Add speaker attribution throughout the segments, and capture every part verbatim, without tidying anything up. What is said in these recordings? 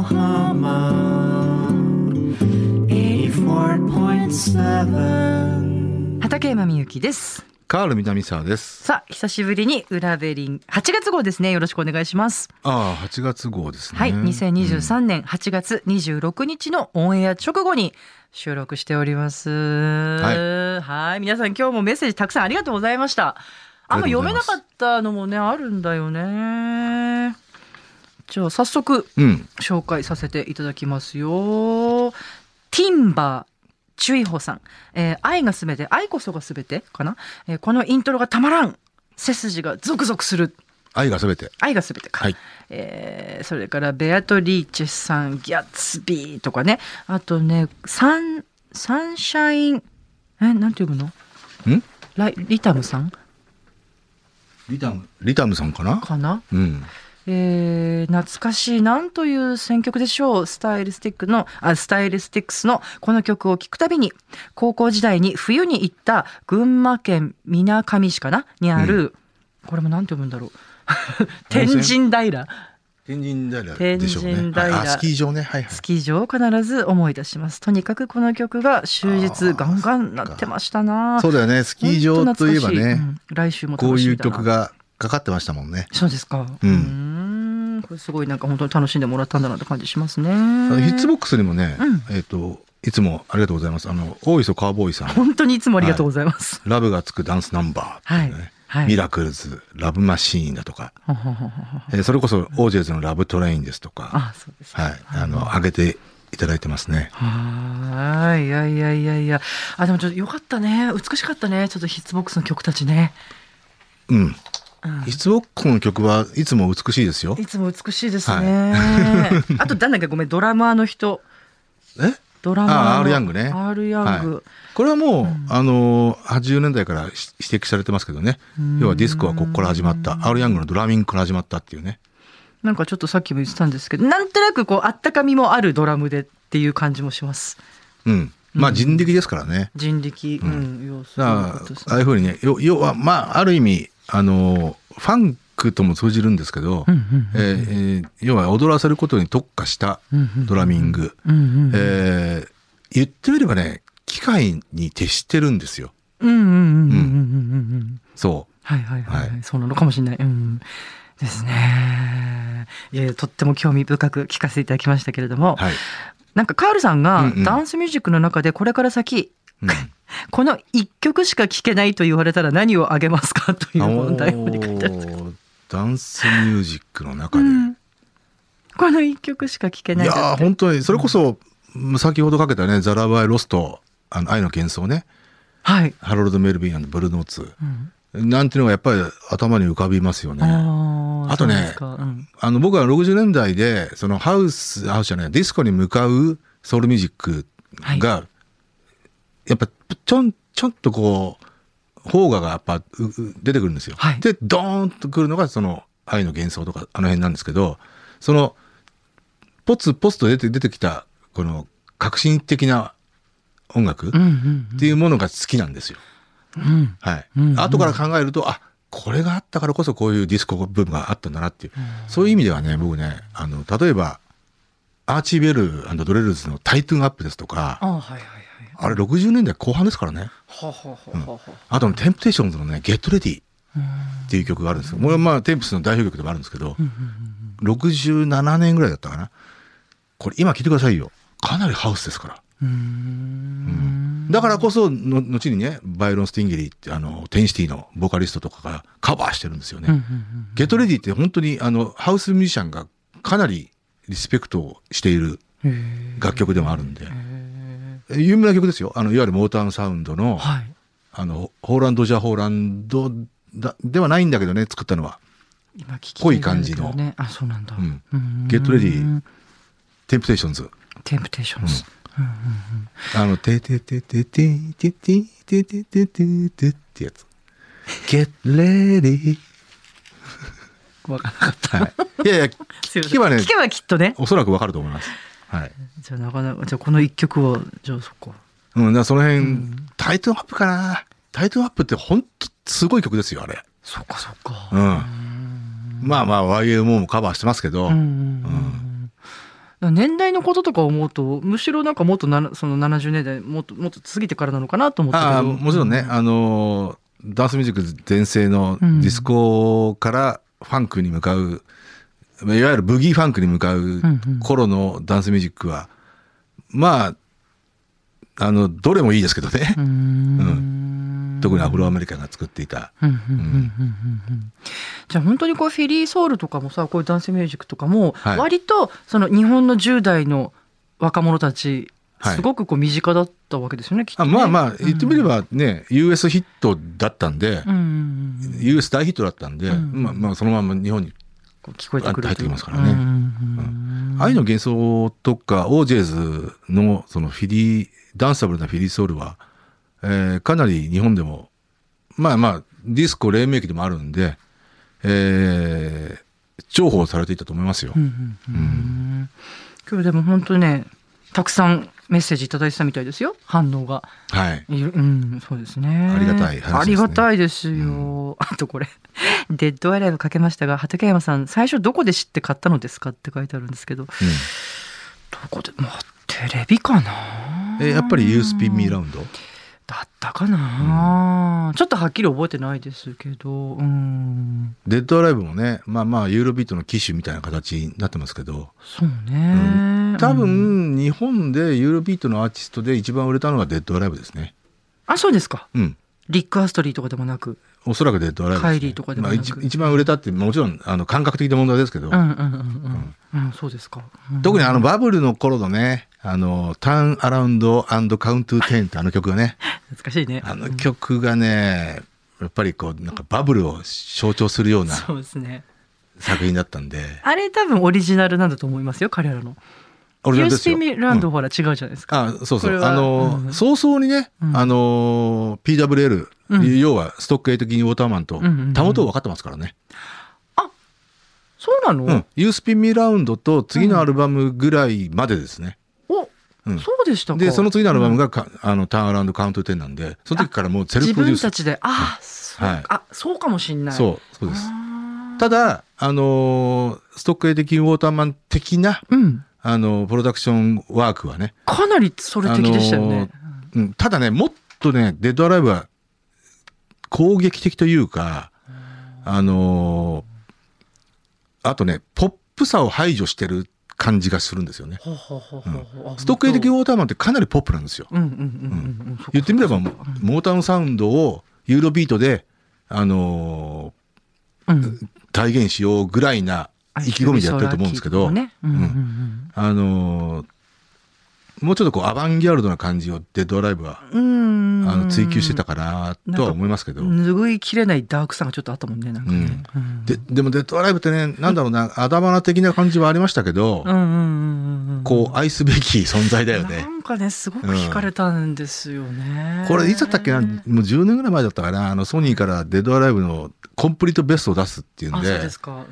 Speaker 1: Yokohama eighty-four point seven
Speaker 2: 畠山みゆきです。
Speaker 3: カール南沢です。
Speaker 2: さあ久しぶりに裏ベリンはちがつ号ですね。よろしくお願いします。
Speaker 3: ああはちがつ号ですね。
Speaker 2: はい、にせんにじゅうさんねんはちがつにじゅうろくにちのオンエア直後に収録しております。はい、はい皆さん今日もメッセージたくさんありがとうございました。あんま読めなかったのもねあるんだよね。じゃあ早速、うん、紹介させていただきますよ。ティンバーチュイホさん、えー、愛がすべて愛こそがすべてかな、えー、このイントロがたまらん、背筋がゾクゾクする、
Speaker 3: 愛がすべて
Speaker 2: 愛がすべてか、はいえー、それからベアトリーチェさんギャッツビーとかね、あとねサンサンシャインえなんて読むのんライリタムさん
Speaker 3: リタムリタムさんかな
Speaker 2: かな、
Speaker 3: うん
Speaker 2: えー、懐かしいなんという選曲でしょう。スタイルスティックのあスタイルスティックスのこの曲を聴くたびに高校時代に冬に行った群馬県みなかみ市かなにある、うん、これもなんて読むんだろう天神平
Speaker 3: 天神平でしょうね。
Speaker 2: 天神平、
Speaker 3: あスキー場ね、はいはい、
Speaker 2: スキー場を必ず思い出します。とにかくこの曲が終日ガンガンなってましたな。
Speaker 3: そうだよね、スキー場といえばね、うん、
Speaker 2: 来週も
Speaker 3: こういう曲がかかってましたもんね。
Speaker 2: そうですか、うん、うんこれすごいなんか本当に楽しんでもらったんだなって感じしますね。ヒ
Speaker 3: ッツボックスにもね、うん、えっといつもありがとうございます。あの大磯カーボーイさん
Speaker 2: 本当にいつもありがとうございます、
Speaker 3: はい、ラブがつくダンスナンバーっていうね、はいはい、ミラクルズラブマシーンだとかえー、それこそオージェルズのラブトレインですとか、あそうです、はい、あの上げていただいてますね。
Speaker 2: はいいやいやいやいやあでもちょっとよかったね、美しかったね、ちょっとヒッツボックスの曲たちね。
Speaker 3: うんうん、ヒッツボックスの曲はいつも美しいですよ。
Speaker 2: いつも美しいですね、はい、あとなんだっけごめんドラマーの人
Speaker 3: え
Speaker 2: ドラマーの
Speaker 3: あ R ヤングね
Speaker 2: R ヤング、
Speaker 3: はい、これはもう、うん、あのはちじゅうねんだいから指摘されてますけどね。要はディスコはここから始まった、 R ヤングのドラミングから始まったっていうね。
Speaker 2: なんかちょっとさっきも言ってたんですけどなんとなくこうあったかみもあるドラムでっていう感じもします。
Speaker 3: うんまあ人力ですからね、
Speaker 2: うん、人力、うんうん、要素
Speaker 3: ああいうふうにね要はまあある意味あのファンクとも通じるんですけど、うんうんうんえー、要は踊らせることに特化したドラミング、うんうんうんえー、言ってみればね機械に徹してるんですよ。うんうんうんうんうんうんそう
Speaker 2: はいはいはい、はい、そうなのかもしれない、うんですね。いやとっても興味深く聞かせていただきましたけれども、はい、なんかカールさんがダンスミュージックの中でこれから先、うんうんこの一曲しか聴けないと言われたら何をあげますかという問題を書いてあるんですけど、
Speaker 3: ダンスミュージックの中で、うん、
Speaker 2: この一曲しか聴けない。
Speaker 3: いや本当にそれこそ、うん、先ほどかけたねザラバイロストあの愛の幻想ね、はい、ハロルド・メルビン&ブルーノーツ、うん、なんていうのがやっぱり頭に浮かびますよね。 あ, あとね、うん、あの僕はろくじゅうねんだいでそのハウスハウスじゃないディスコに向かうソウルミュージックが、はいやっぱちょんちょんとこう邦画がやっぱ出てくるんですよ、はい、でドーンとくるのがその愛の幻想とかあの辺なんですけど、そのポツポツと出て出てきたこの革新的な音楽っていうものが好きなんですよ、うんはいうんうん、後から考えるとあこれがあったからこそこういうディスコ部分があったんだなっていう、うん、そういう意味ではね僕ねあの例えばアーチーベル&ドレルズのタイトゥーンアップですとか、あ、はいはいあれろくじゅうねんだいこう半ですからね。はははは、うん、あとのテンプテーションズのねゲットレディっていう曲があるんですよ。これはまあテンプスの代表曲でもあるんですけど、ろくじゅうななねんぐらいだったかな。これ今聴いてくださいよ。かなりハウスですから。うん、うん、だからこその後にねバイロン・スティンゲリーってあのテンシティのボーカリストとかがカバーしてるんですよね。ゲットレディって本当にあのハウスミュージシャンがかなりリスペクトをしている楽曲でもあるんで。有名な曲ですよ。あのいわゆるモータウンサウンドの、はい、あのホーランド・ジャ・ホーランドだではないんだけどね作ったのは今聞き濃い感じの、
Speaker 2: ね、あそうなんだ、うん、
Speaker 3: ゲットレディテンプテーションズ
Speaker 2: テンプテーションズ、うんうん
Speaker 3: うん、あのテテテテテテテテテテテテテってやつゲットレディ
Speaker 2: 分からなかった、
Speaker 3: はい、いやいや聞けばね
Speaker 2: 聞けばきっとね
Speaker 3: おそらく分かると思います。はい、
Speaker 2: じゃあなかなかじゃあこの一曲はじゃあそっか、
Speaker 3: うん、だからその辺、うん、タイトルアップかな。タイトルアップって本当すごい曲ですよあれ。
Speaker 2: そっかそっか、
Speaker 3: うん、まあまあ ワイエムオー もカバーしてますけど、うんうん、
Speaker 2: 年代のこととか思うとむしろなんかもっとなそのななじゅうねんだいもっともっと過ぎてからなのかなと思ったけど。
Speaker 3: あもちろんね、うん、あのダンスミュージック全盛のディスコからファンクに向かう、うん、いわゆるブギーファンクに向かう頃のダンスミュージックは、うんうん、まああのどれもいいですけどね、うんうん、特にアフロアメリカンが作っていた。
Speaker 2: じゃあ本当にこうフィリーソウルとかもさこういうダンスミュージックとかも割とその日本のじゅう代の若者たちすごくこう身近だったわけですよね、はい、きっとね。
Speaker 3: あまあまあ言ってみればね、うん、ユーエス ヒットだったんで、うん、ユーエス 大ヒットだったんで、うん、まあ、まあそのまま日本に
Speaker 2: 聞こえてくる
Speaker 3: 入ってきますからね。うんうん、愛の幻想とかオージェイズのそのフィリーダンサブルなフィリーソウルは、えー、かなり日本でもまあまあディスコ黎明期でもあるんで、えー、重宝されていたと思いますよ。うんうんうん、
Speaker 2: 今日でも本当にねたくさんメッセージいただいてたみたいですよ、反応が。
Speaker 3: はい。
Speaker 2: うん、そうですね。
Speaker 3: ありがたい話ですね。
Speaker 2: ありがたいですよ。うん、あとこれデッドアイライブかけましたが、畠山さん最初どこで知って買ったのですかって書いてあるんですけど、うん、どこで、まあ、テレビかな。
Speaker 3: えやっぱりユースピンミーラウンド
Speaker 2: だったかな、うん、ちょっとはっきり覚えてないですけど、うん、
Speaker 3: デッドアライブもね、まあまあユーロビートの機種みたいな形になってますけど、
Speaker 2: そうね、
Speaker 3: うん、多分日本でユーロビートのアーティストで一番売れたのがデッドアライブですね。
Speaker 2: あ、そうですか。
Speaker 3: うん、
Speaker 2: リック・アストリーとかでもなく、
Speaker 3: おそらくデッドアライブですね。
Speaker 2: カイリーとかでもなく、
Speaker 3: まあ、一, 一番売れたってもちろんあの感覚的な問題ですけど、うんうんうんうん
Speaker 2: うんうん、そうですか、うん、
Speaker 3: 特にあのバブルの頃のね、あのターンアラウンドアンドカウントテンってあの曲がね
Speaker 2: 懐かしいね。
Speaker 3: あの曲がね、やっぱりこうなんかバブルを象徴するような
Speaker 2: そうですね
Speaker 3: 作品だったんで、
Speaker 2: あれ多分オリジナルなんだと思いますよ、彼らの。
Speaker 3: オリジナルですよ。
Speaker 2: ユースピーミランド、うん、ほら違うじゃないですか。
Speaker 3: あ、そうそう、あの、うん、早々にね、うん、あの ピーダブリューエル、うん、要はストックエイトキングウォーターマンとたもとを分かってますからね。
Speaker 2: あ、そうなの？
Speaker 3: うん、ユースピンミラウンドと次のアルバムぐらいまでですね。
Speaker 2: お、うん、そうでしたか。
Speaker 3: でその次のアルバムがか、うん、あのターンアラウンドカウントテンなんで、その時からもうセルフプロデュース。
Speaker 2: 自分たちで、あ、そう、はい、あ、そうかもしんない。
Speaker 3: そうそうです。ただあのストックエイトキングウォーターマン的な、うん、あのプロダクションワークはね
Speaker 2: かなりそれ的でしたよね。
Speaker 3: あの、うん、ただねもっとねデッドアライブは攻撃的というか、あのあとねポップさを排除してる感じがするんですよね。うん、ストックエイトキングウォーターマンってかなりポップなんですよ。言ってみればモータウンサウンドをユーロビートであのーうん、体現しようぐらいな意気込みでやってると思うんですけど、ね、うんうんうん、あのー、もうちょっとこうアバンギャルドな感じをデッドアライブはあの追求してたかなとは思いますけど、
Speaker 2: 拭いきれないダークさがちょっとあったもんね、なんかね、うん、
Speaker 3: で, でもデッドアライブってね、なんだろうな、アダマナ的な感じはありましたけど、うんうんうんうん、こう愛すべき存在だよね。
Speaker 2: なんかねすごく惹かれたんですよね、
Speaker 3: うん、これいつだったっけな、もうじゅうねんぐらい前だったかな、あのソニーからデッドアライブのコンプリートベストを出すっていうんで、
Speaker 2: あ、そうですか、うん、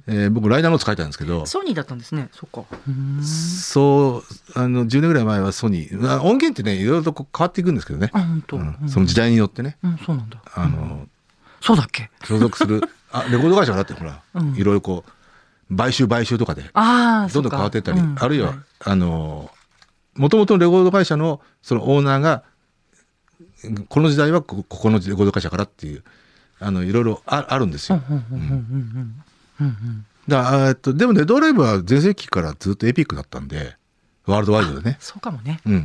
Speaker 3: えー、僕ライナーノーツ書いたんですけど、
Speaker 2: ソニーだったんですね。そっか、
Speaker 3: うん、そうあのじゅうねんぐらい前はソニー、音源ってねいろいろとこう変わっていくんですけどね、
Speaker 2: あ、本当、うん
Speaker 3: うん、その時代によってね、
Speaker 2: うん、そうなんだ、
Speaker 3: あの、うん、
Speaker 2: そうだっけ、
Speaker 3: 所属するあレコード会社がだってほら、うん、いろいろこう買収買収とかで
Speaker 2: あ
Speaker 3: どんどん変わっていったり、うん、あるいは、はい、あのもともとのレコード会社のそのオーナーがこの時代はここのレコード会社からっていうあのいろいろ あ, あるんですよ。だとでもデッドアライブは全盛期からずっとエピックだったんで、ワールドワイドでね、
Speaker 2: そうかもね、
Speaker 3: うんうんうん、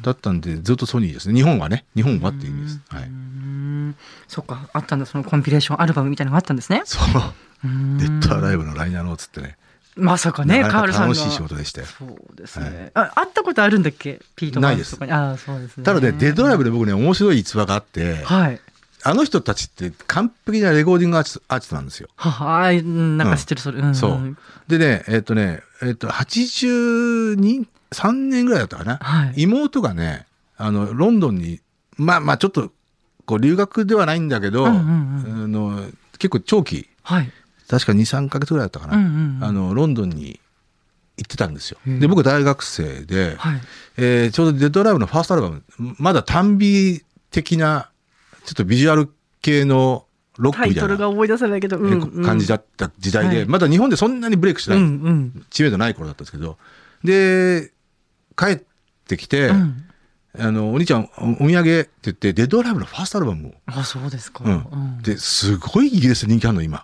Speaker 3: だったんでずっとソニーですね。日本はね、日本はっていう意味です。はい、
Speaker 2: そうか、あったんだ、そのコンピレーションアルバムみたいなのがあったんですね。
Speaker 3: そうデッドアライブのライナーノーツってね、
Speaker 2: まさかね、カールさんが
Speaker 3: 楽しい仕事でしたよ。
Speaker 2: そうですね、はい、あ、会ったことあるんだっけ、ピート・マンスとかに。
Speaker 3: ないです。あ、そうですね。ただね、デッドアライブで僕ね面白い逸話があって、はい、あの人たちって完璧なレコーディングアーティスト、アーティストなんですよ。
Speaker 2: はは、なんか知ってる、それ、うん、
Speaker 3: そうでね、えっとね、えっとはちじゅうに、さんねんぐらいだったかな、はい、妹がねあのロンドンにまあまあちょっとこう留学ではないんだけど、うんうんうん、あの結構長期、はい、確か にさんかげつぐらいだったかな、うんうんうん、あのロンドンに行ってたんですよ。で僕大学生で、はい、えー、ちょうどデッドアライブのファーストアルバム、まだ単美的なちょっとビジュアル系のロックみたいなタイトルが思い出せないけど、うんうん、感じだった時代で、はい、まだ日本でそんなにブレイクしてない、うんうん、知名度ない頃だったんですけど、 で帰ってきて、
Speaker 2: うん
Speaker 3: あのお兄ちゃんお土産って言ってデッドアライブのファーストアルバムを、
Speaker 2: あ、そうですか。
Speaker 3: うん
Speaker 2: うん、
Speaker 3: ですごいイギリスで人気あるの今。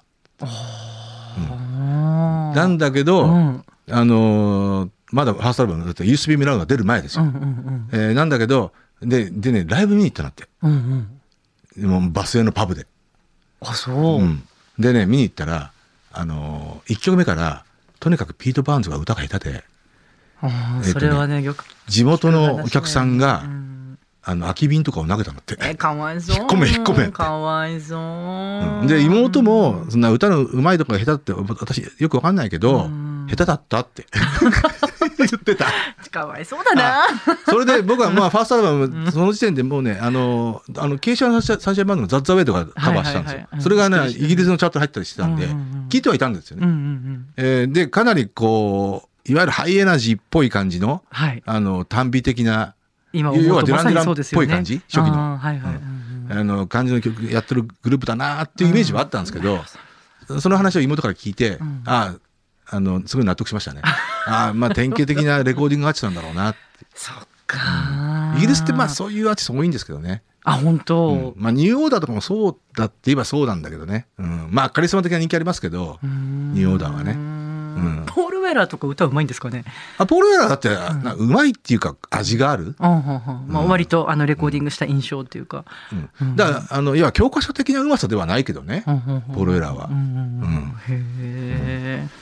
Speaker 2: あ、
Speaker 3: うん、なんだけど、
Speaker 2: うん、
Speaker 3: あのー、まだファーストアルバムだって ユーエスビー ミラーが出る前ですよ。
Speaker 2: うんうんうん
Speaker 3: えー、なんだけどででねライブ見に行ったなって、
Speaker 2: うんうん、
Speaker 3: もうバスへのパブで。
Speaker 2: あ、そう、うん、
Speaker 3: でね見に行ったら、あのー、いっきょくめからとにかくピート・バーンズが歌が下手で、
Speaker 2: あ、えーとね、それはねよく
Speaker 3: 地元のお客さんが、うん、あの空き瓶とかを投げたのって。
Speaker 2: え、かわいそう。
Speaker 3: 引っ込め引っ込めって。
Speaker 2: かわいそう、
Speaker 3: うん、で妹もそんな歌のうまいとか下手って私よくわかんないけど、下手だったって言ってた。
Speaker 2: かわいそうだな。
Speaker 3: それで僕はまあファーストアルバムその時点でもうね、あのあのケイシャンサンシャインバンドのザッザウェイとかカバーしたんですよ。それがねイギリスのチャートに入ったりしてたんで、聞いてはいたんですよね。うんうんうん、えー、でかなりこういわゆるハイエナジーっぽい感じの、はい、あの短美的な、
Speaker 2: 今
Speaker 3: 要はデュラン・デュランっぽい感じ、初期の、
Speaker 2: はいはい、
Speaker 3: うん、あの感じの曲やってるグループだなっていうイメージはあったんですけど、うん、その話を妹から聞いて、うん、ああのすごい納得しましたね。あ、まあ典型的なレコーディングアーティストなんだろうなって。
Speaker 2: そっか、
Speaker 3: うん、イギリスってまあそういうアーティスト多いんですけどね。
Speaker 2: あ、本当、うん、
Speaker 3: まあニューオーダーとかもそうだって言えばそうなんだけどね、うん、まあカリスマ的な人気ありますけど、ニューオーダーはね、うん、
Speaker 2: ポール・ウェラーとか歌うまいんですかね。
Speaker 3: あ、ポール・ウェラーだって、うん、なうまいっていうか味がある、
Speaker 2: うんうんうん、まあ、割とあのレコーディングした印象っていうか、
Speaker 3: うんうん、だからあのいや教科書的なうまさではないけどね、うんうんうん、ポール・ウェラーは、うんうんうん、
Speaker 2: へー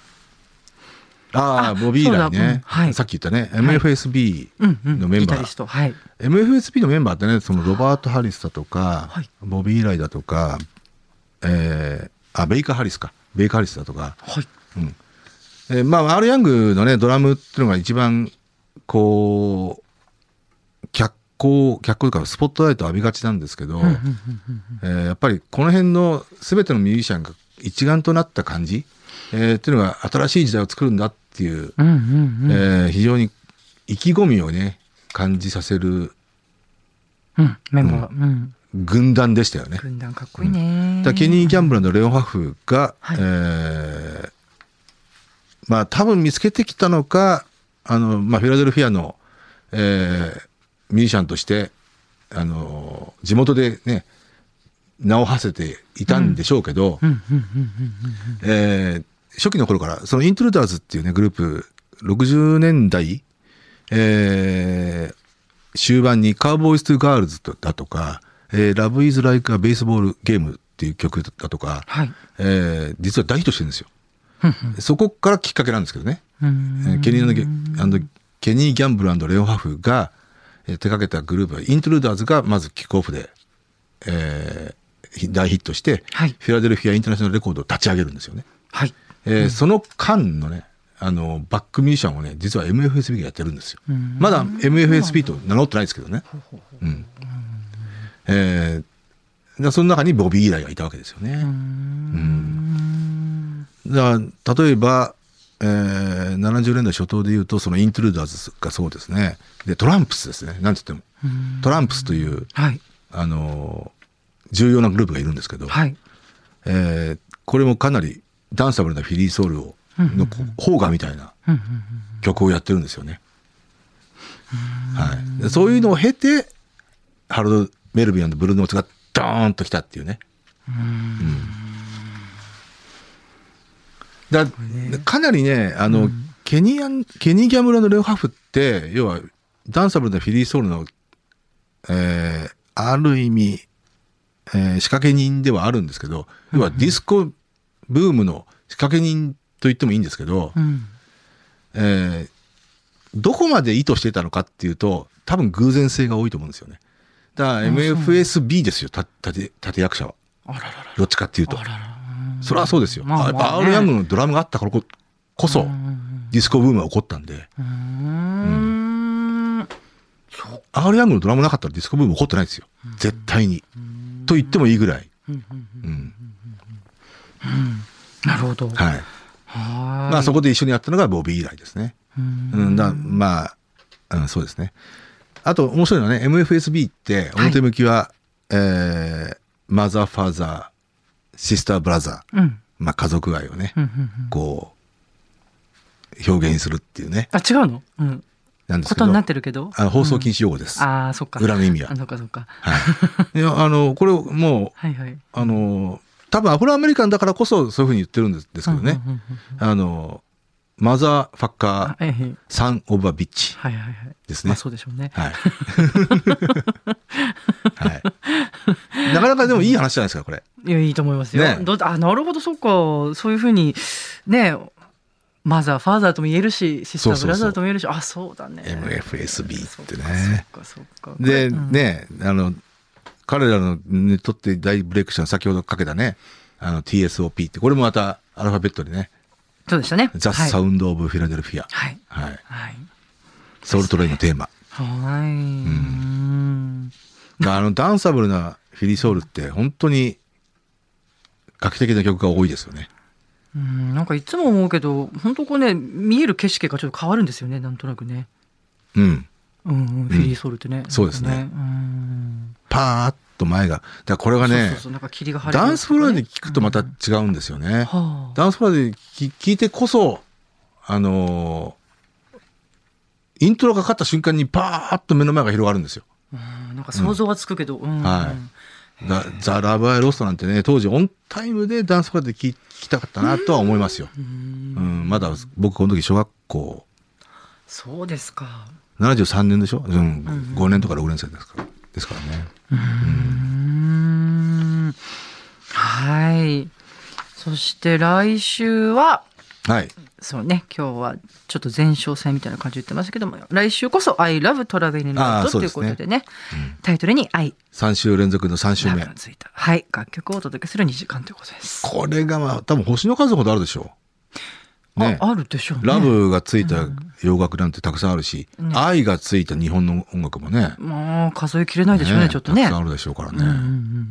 Speaker 3: ああ、ボビー・イライね、うんはい、さっき言ったね エムエフエスビー のメンバー、はい、エムエフエスビー のメンバーってね、そのロバート・ハリスだとか、はい、ボビー・イライだとか、えー、あベイカー・ハリスかベイカー・ハリスだとか、はい、うん、えー、まあアール・ヤングのねドラムっていうのが一番こう脚光脚光というかスポットライトを浴びがちなんですけど、えー、やっぱりこの辺の全てのミュージシャンが一丸となった感じ、えー、っていうのが新しい時代を作るんだっていう、うんうんうん、えー、非常に意気込みをね感じさせる、
Speaker 2: うん、メンバー、うん、
Speaker 3: 軍団でしたよね。
Speaker 2: 軍団かっこいいね、
Speaker 3: うん、だケニー・ギャンブラーのレオン・ハフが、はい、えー、まあ多分見つけてきたのか、あの、まあ、フィラデルフィアの、えー、ミュージシャンとしてあの地元でね名を馳せていたんでしょうけど、初期の頃からそのイントルーダーズっていうねグループろくじゅうねんだい、えー、終盤にカウボーイズ・トゥ・ガールズだとか、えー、ラブ・イズ・ライク・ア・ベースボール・ゲームっていう曲だとか、はい、えー、実は大ヒットしてるんですよ。そこからきっかけなんですけどね、えー、ケニー・ケニー・ギャンブル&レオン・ハフが手掛けたグループはイントルーダーズがまずキックオフで、えー、大ヒットして、はい、フィラデルフィア・インターナショナルレコードを立ち上げるんですよね。はい、えーうん、その間のねあのバックミュージシャンをね実は エムエフエスビー がやってるんですよ。まだ エムエフエスビー と名乗ってないですけどね。うん、えー、だその中にボビー・イライがいたわけですよね。うん、だ例えば、えー、ななじゅうねんだい初頭でいうとそのイントルーダーズがそうですね。でトランプスですね。なんて言ってもトランプスという、はい、あの重要なグループがいるんですけど、はい、えー、これもかなりダンサブルなフィリーソウルをの邦画みたいな曲をやってるんですよね。はい、そういうのを経てハロルド・メルビン&ブルーノーツがドーンときたっていうね。うん、だかなりねあの、うん、ケニーアンケニー・ギャムラのレオハフって要はダンサブルなフィリーソウルの、えー、ある意味、えー、仕掛け人ではあるんですけど、要はディスコブームの仕掛け人と言ってもいいんですけど、うん、えー、どこまで意図してたのかっていうと多分偶然性が多いと思うんですよね。だから エムエフエスビー ですよ、立役役者は。あらららどっちかっていうと。あららそれはそうですよ。まあまあね、やっぱアール・ヤングのドラムがあったからこそディスコブームが起こったんで。うん、アール・ヤングのドラムなかったらディスコブーム起こってないですよ。絶対に。と言ってもいいぐらい。うんうん、
Speaker 2: なるほど。
Speaker 3: はい。まあそこで一緒にやったのがボビー以来ですね。うん、うん、だまあ、うん、そうですね。あと面白いのはね エムエフエスビー って表向きは、はい、えー、マザーファーザーシスターブラザー、うん、まあ家族愛をね、うんうんうん、こう表現するっていうね。
Speaker 2: あ、違うの？うん。
Speaker 3: なんですけど。
Speaker 2: ことになってるけど。
Speaker 3: あの放送禁止用語です。
Speaker 2: うん、ああ、そっか。
Speaker 3: 裏の意味は。
Speaker 2: あ、そっかそっか。
Speaker 3: はい。いや、あの、これもう、
Speaker 2: はいはい。
Speaker 3: あの、多分アフロアメリカンだからこそそういうふうに言ってるんですですけどね。あの、マザーファッカー、サン・オブ・ア・ビッチですね。
Speaker 2: まあそうでしょうね。
Speaker 3: はい。はい。なかなかでもいい話じゃないですか、これ。
Speaker 2: いや、いいと思いますよ。ね、あ、なるほど、そっか。そういうふうに、ね、マザー、ファーザーとも言えるし、シスター、ブラザーとも言えるし、あ、そうだね。
Speaker 3: エムエフエスビー ってね。
Speaker 2: そっかそっか。
Speaker 3: で、うん、ね、あの、彼らのにとって大ブレイクしたの先ほどかけたね、あの ティーエスオーピー って、これもまたアルファベットでね。
Speaker 2: そうでしたね。
Speaker 3: ザ・サウンド・オブ・フィラデルフィア。
Speaker 2: はい。
Speaker 3: はい。はい、ソウルトレインのテーマ。
Speaker 2: はい。うん。
Speaker 3: あの、ダンサブルなフィリーソウルって本当に画期的な曲が多いですよね。
Speaker 2: うん、なんかいつも思うけど、本当こうね、見える景色がちょっと変わるんですよね、なんとなくね。
Speaker 3: うん。
Speaker 2: うん、フィリーソウルってね。うん、
Speaker 3: そうですね。うん、パーッと前が。だからこれがね、ダンスフロアで聞くとまた違うんですよね。うん、ダンスフロアで聞いてこそ、あのー、イントロがかかった瞬間にパーッと目の前が広がるんですよ。
Speaker 2: うん、なんか想像はつくけど。うん、
Speaker 3: はい。ザ・ラブ・アイ・ロストなんてね、当時オンタイムでダンスフロアで聞きたかったなとは思いますよ。うん、うん、まだ僕この時小学校。
Speaker 2: そうですか。
Speaker 3: ななじゅうさんねんでしょ、うん、ごねんとかろくねん生ですからですからね。
Speaker 2: うーん、はい。そして来週は、
Speaker 3: はい。
Speaker 2: そうね、今日はちょっと前哨戦みたいな感じで言ってましたけども、来週こそ I love traveling road ということでね、うん、タイトルに I。
Speaker 3: さん週連続のさん週目。
Speaker 2: ついた。はい。楽曲をお届けするにじかんということです。
Speaker 3: これがまあ、多分星の数ほどあるでしょ
Speaker 2: う。ね、あ, あるでしょうね。
Speaker 3: ラブがついた洋楽なんてたくさんあるし、うん、愛がついた日本の音楽もね。
Speaker 2: もう数えきれないでしょうね、ねちょっとね。
Speaker 3: たくさんあるでしょうからね。うんうんうん、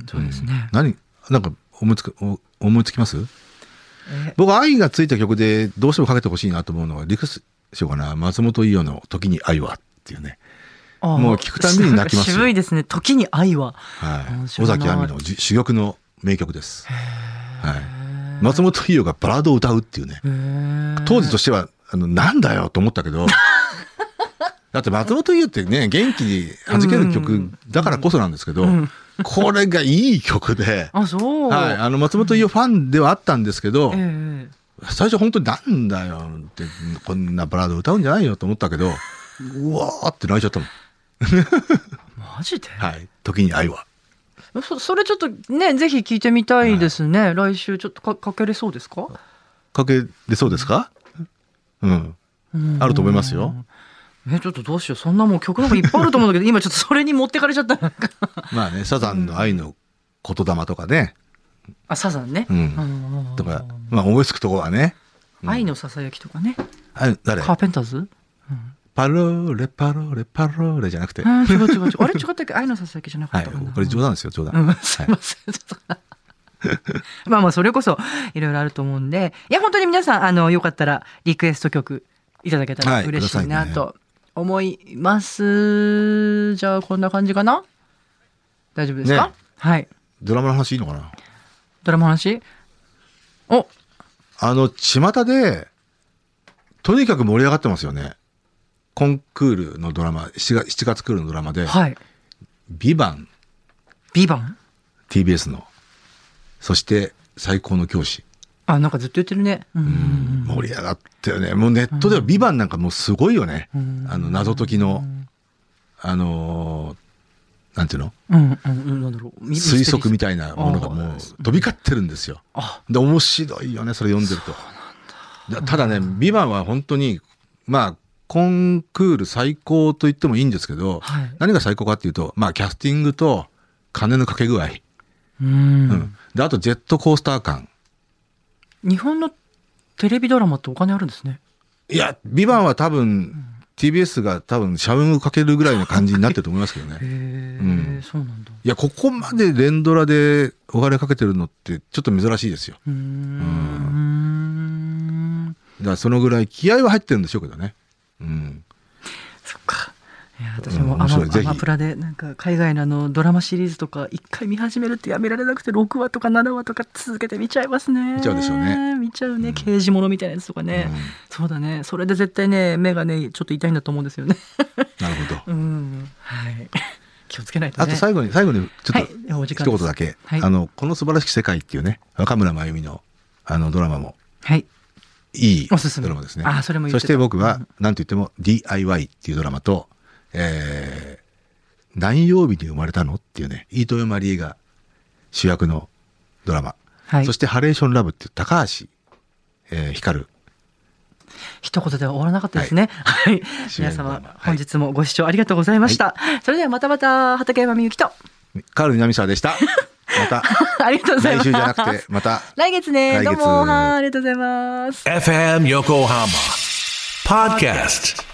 Speaker 2: そうですね。
Speaker 3: うん、何なんか思いつく、思いつきます？え僕、愛がついた曲でどうしてもかけてほしいなと思うのは、リクエストしようかな。松本伊代の時に愛はっていうね。もう聞くたびに泣きますよ。
Speaker 2: 渋いですね。時に愛は。
Speaker 3: はい。尾崎亜美の珠玉の名曲です。はい。松本伊代がバラードを歌うっていうね。当時としては、あの、なんだよと思ったけど、だって松本伊代ってね、元気に弾ける曲だからこそなんですけど、うんうん、これがいい曲で、
Speaker 2: あ、そう。
Speaker 3: はい。あの、松本伊代ファンではあったんですけど、えー、最初本当になんだよって、こんなバラード歌うんじゃないよと思ったけど、うわーって泣いちゃったもん。
Speaker 2: マジで？
Speaker 3: はい。時に愛は。
Speaker 2: そ, それちょっとね、ぜひ聞いてみたいですね。はい、来週ちょっと か, かけれそうですか？
Speaker 3: かけれそうですか？うん。うん、あると思いますよ。
Speaker 2: え、ちょっとどうしよう。そんなもう曲の方いっぱいあると思うんだけど、今ちょっとそれに持ってかれちゃった。
Speaker 3: まあね、サザンの愛の言霊とかね。
Speaker 2: あ、サザンね。
Speaker 3: うん。とか、まあ思いつくところはね。
Speaker 2: うん、愛のささやきとかね。
Speaker 3: あ、誰？
Speaker 2: カーペンターズ？うん、
Speaker 3: パローレパローレパローレじゃなくて。
Speaker 2: あ、違う違う違う。あれ違ったっけ？愛のささやきじゃなかったかな。
Speaker 3: はい、これ冗談ですよ、冗談。
Speaker 2: うん、すいません。はい、まあまあ、それこそいろいろあると思うんで、いや、本当に皆さん、あの、よかったらリクエスト曲いただけたら嬉しいなと思います。はいね、じゃあ、こんな感じかな？大丈夫ですか？ね、はい。
Speaker 3: ドラマの話いいのかな？
Speaker 2: ドラマの話？お
Speaker 3: あの、巷で、とにかく盛り上がってますよね。コンクールのドラマ、しちがつ、しちがつクールのドラマで、
Speaker 2: はい。
Speaker 3: ビバン。
Speaker 2: ビバン？
Speaker 3: ティービーエス の。そして、最高の教師。
Speaker 2: あ、なんかずっと言ってるね。
Speaker 3: うん、盛り上がったよね。もうネットではビバンなんかもうすごいよね。あの、謎解きの、あのー、なんていうの？うんうん、なんだろう。推測みたいなものがもう飛び交ってるんですよ。で、面白いよね、それ読んでると。だただね、ビバンは本当に、まあ、コンクール最高と言ってもいいんですけど、はい、何が最高かっていうと、まあ、キャスティングと金のかけ具合。うん、うん。で、あとジェットコースター感。
Speaker 2: 日本のテレビドラマってお金あるんですね。
Speaker 3: いや、ビバンは多分、うん、ティービーエス が多分、社運をかけるぐらいの感じになってると思いますけどね。へ
Speaker 2: え、うん、そうなんだ。
Speaker 3: いや、ここまで連ドラでお金かけてるのってちょっと珍しいですよ。うーん。うん、だからそのぐらい気合は入ってるんでしょうけどね。うん。
Speaker 2: そっか。 いや私もアマ、アマプラでなんか海外のあのドラマシリーズとか一回見始めるってやめられなくてろくわとかななわとか続けて見ちゃいますね。
Speaker 3: 見ちゃうでしょうね。
Speaker 2: 見ちゃうね、うん、刑事物みたいなやつとかね、うん、そうだね。それで絶対ね目がねちょっと痛いんだと思うんですよね。
Speaker 3: なるほど、
Speaker 2: うん、はい気をつけないとね。
Speaker 3: あと最後に最後にちょっと、はい、一言だけ、はい、あのこの素晴らしき世界っていうね若村麻由美のあのドラマも、はい、いいドラマですね。
Speaker 2: あそれも言ってた。
Speaker 3: そして僕は何と言っても ディーアイワイ っていうドラマと、えー、何曜日に生まれたのっていうね飯豊まりえが主役のドラマ、はい、そしてハレーションラブっていう高橋、えー、光
Speaker 2: 一言では終わらなかったですね。はい、はい、皆様本日もご視聴ありがとうございました。はい、それではまたまた畠山みゆきと
Speaker 3: カール南沢でした。また
Speaker 2: ありがとうございます。
Speaker 3: 来週じゃなくてまた
Speaker 2: 来月ね。どうもありがとうございます。
Speaker 1: エフエム Yokohama Podcast